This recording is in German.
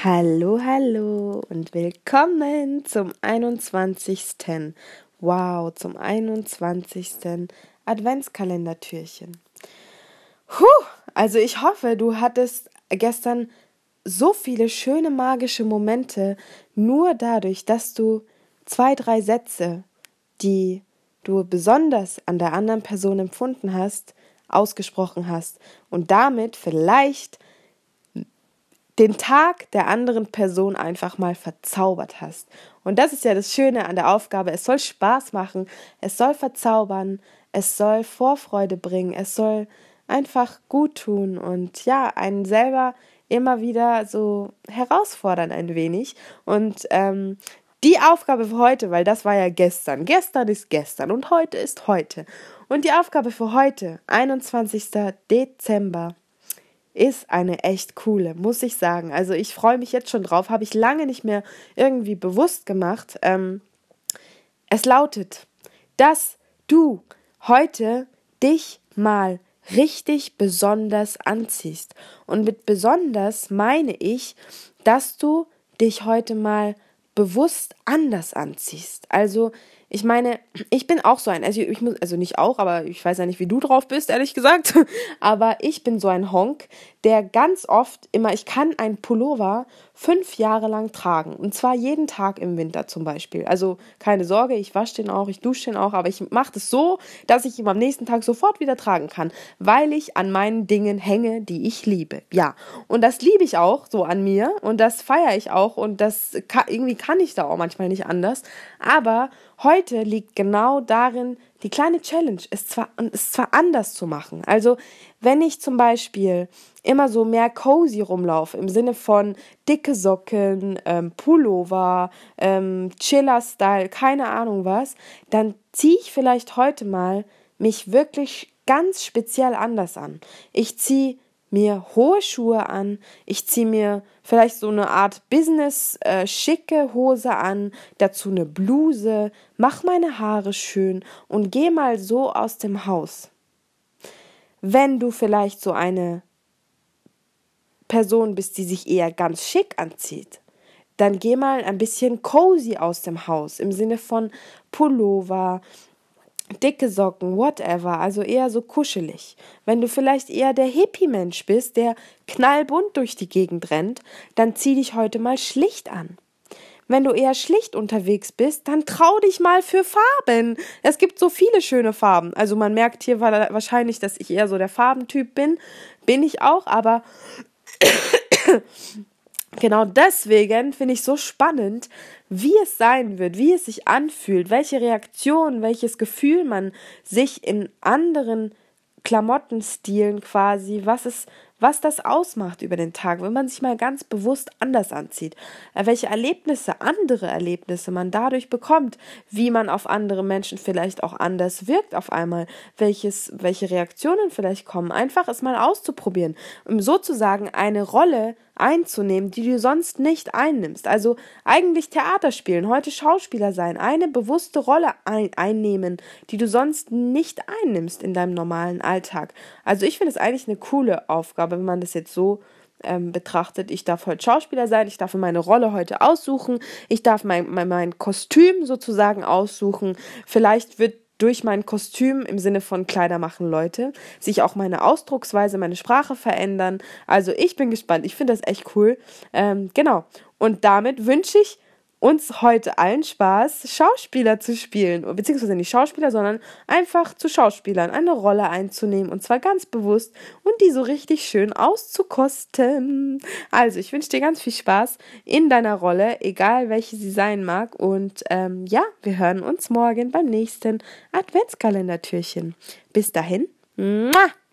Hallo, hallo und willkommen zum 21. Wow, zum 21. Adventskalendertürchen. Also ich hoffe, du hattest gestern so viele schöne magische Momente, nur dadurch, dass du 2, 3 Sätze, die du besonders an der anderen Person empfunden hast, ausgesprochen hast und damit vielleicht den Tag der anderen Person einfach mal verzaubert hast. Und das ist ja das Schöne an der Aufgabe. Es soll Spaß machen, es soll verzaubern, es soll Vorfreude bringen, es soll einfach gut tun und ja, einen selber immer wieder so herausfordern ein wenig. Und die Aufgabe für heute, weil das war ja gestern. Gestern ist gestern und heute ist heute. Und die Aufgabe für heute, 21. Dezember, ist eine echt coole, muss ich sagen. Also ich freue mich jetzt schon drauf, habe ich lange nicht mehr irgendwie bewusst gemacht. Es lautet, dass du heute dich mal richtig besonders anziehst. Und mit besonders meine ich, dass du dich heute mal bewusst anders anziehst. Also ich meine, ich bin auch so also nicht auch, aber ich weiß ja nicht, wie du drauf bist, ehrlich gesagt, aber ich bin so ein Honk, der ganz oft ich kann einen Pullover 5 Jahre lang tragen und zwar jeden Tag im Winter zum Beispiel. Also keine Sorge, ich wasche den auch, ich dusche den auch, aber ich mache das so, dass ich ihn am nächsten Tag sofort wieder tragen kann, weil ich an meinen Dingen hänge, die ich liebe. Ja, und das liebe ich auch so an mir und das feiere ich auch und irgendwie kann ich da auch manchmal nicht anders, aber heute liegt genau darin die kleine Challenge, es zwar anders zu machen. Also wenn ich zum Beispiel immer so mehr cozy rumlaufe, im Sinne von dicke Socken, Pullover, Chiller-Style, keine Ahnung was, dann ziehe ich vielleicht heute mal mich wirklich ganz speziell anders an. Ich ziehe mir hohe Schuhe an, ich ziehe mir vielleicht so eine Art Business-schicke Hose an, dazu eine Bluse, mach meine Haare schön und geh mal so aus dem Haus. Wenn du vielleicht so eine Person bist, die sich eher ganz schick anzieht, dann geh mal ein bisschen cozy aus dem Haus, im Sinne von Pullover, dicke Socken, whatever, also eher so kuschelig. Wenn du vielleicht eher der Hippie-Mensch bist, der knallbunt durch die Gegend rennt, dann zieh dich heute mal schlicht an. Wenn du eher schlicht unterwegs bist, dann trau dich mal für Farben. Es gibt so viele schöne Farben. Also man merkt hier wahrscheinlich, dass ich eher so der Farbentyp bin. Bin ich auch, aber genau deswegen finde ich so spannend, wie es sein wird, wie es sich anfühlt, welche Reaktion, welches Gefühl man sich in anderen Klamottenstilen quasi, was das ausmacht über den Tag, wenn man sich mal ganz bewusst anders anzieht, welche andere Erlebnisse man dadurch bekommt, wie man auf andere Menschen vielleicht auch anders wirkt auf einmal, welche Reaktionen vielleicht kommen, einfach es mal auszuprobieren, um sozusagen eine Rolle einzunehmen, die du sonst nicht einnimmst. Also eigentlich Theater spielen, heute Schauspieler sein, eine bewusste Rolle einnehmen, die du sonst nicht einnimmst in deinem normalen Alltag. Also ich finde es eigentlich eine coole Aufgabe, wenn man das jetzt so betrachtet. Ich darf heute Schauspieler sein, ich darf mir meine Rolle heute aussuchen, ich darf mein Kostüm sozusagen aussuchen. Vielleicht wird durch mein Kostüm im Sinne von Kleider machen Leute sich auch meine Ausdrucksweise, meine Sprache verändern. Also ich bin gespannt. Ich finde das echt cool. Genau. Und damit wünsche ich uns heute allen Spaß, Schauspieler zu spielen. Beziehungsweise nicht Schauspieler, sondern einfach zu Schauspielern eine Rolle einzunehmen. Und zwar ganz bewusst und die so richtig schön auszukosten. Also ich wünsche dir ganz viel Spaß in deiner Rolle, egal welche sie sein mag. Und ja, wir hören uns morgen beim nächsten Adventskalendertürchen. Bis dahin. Mua!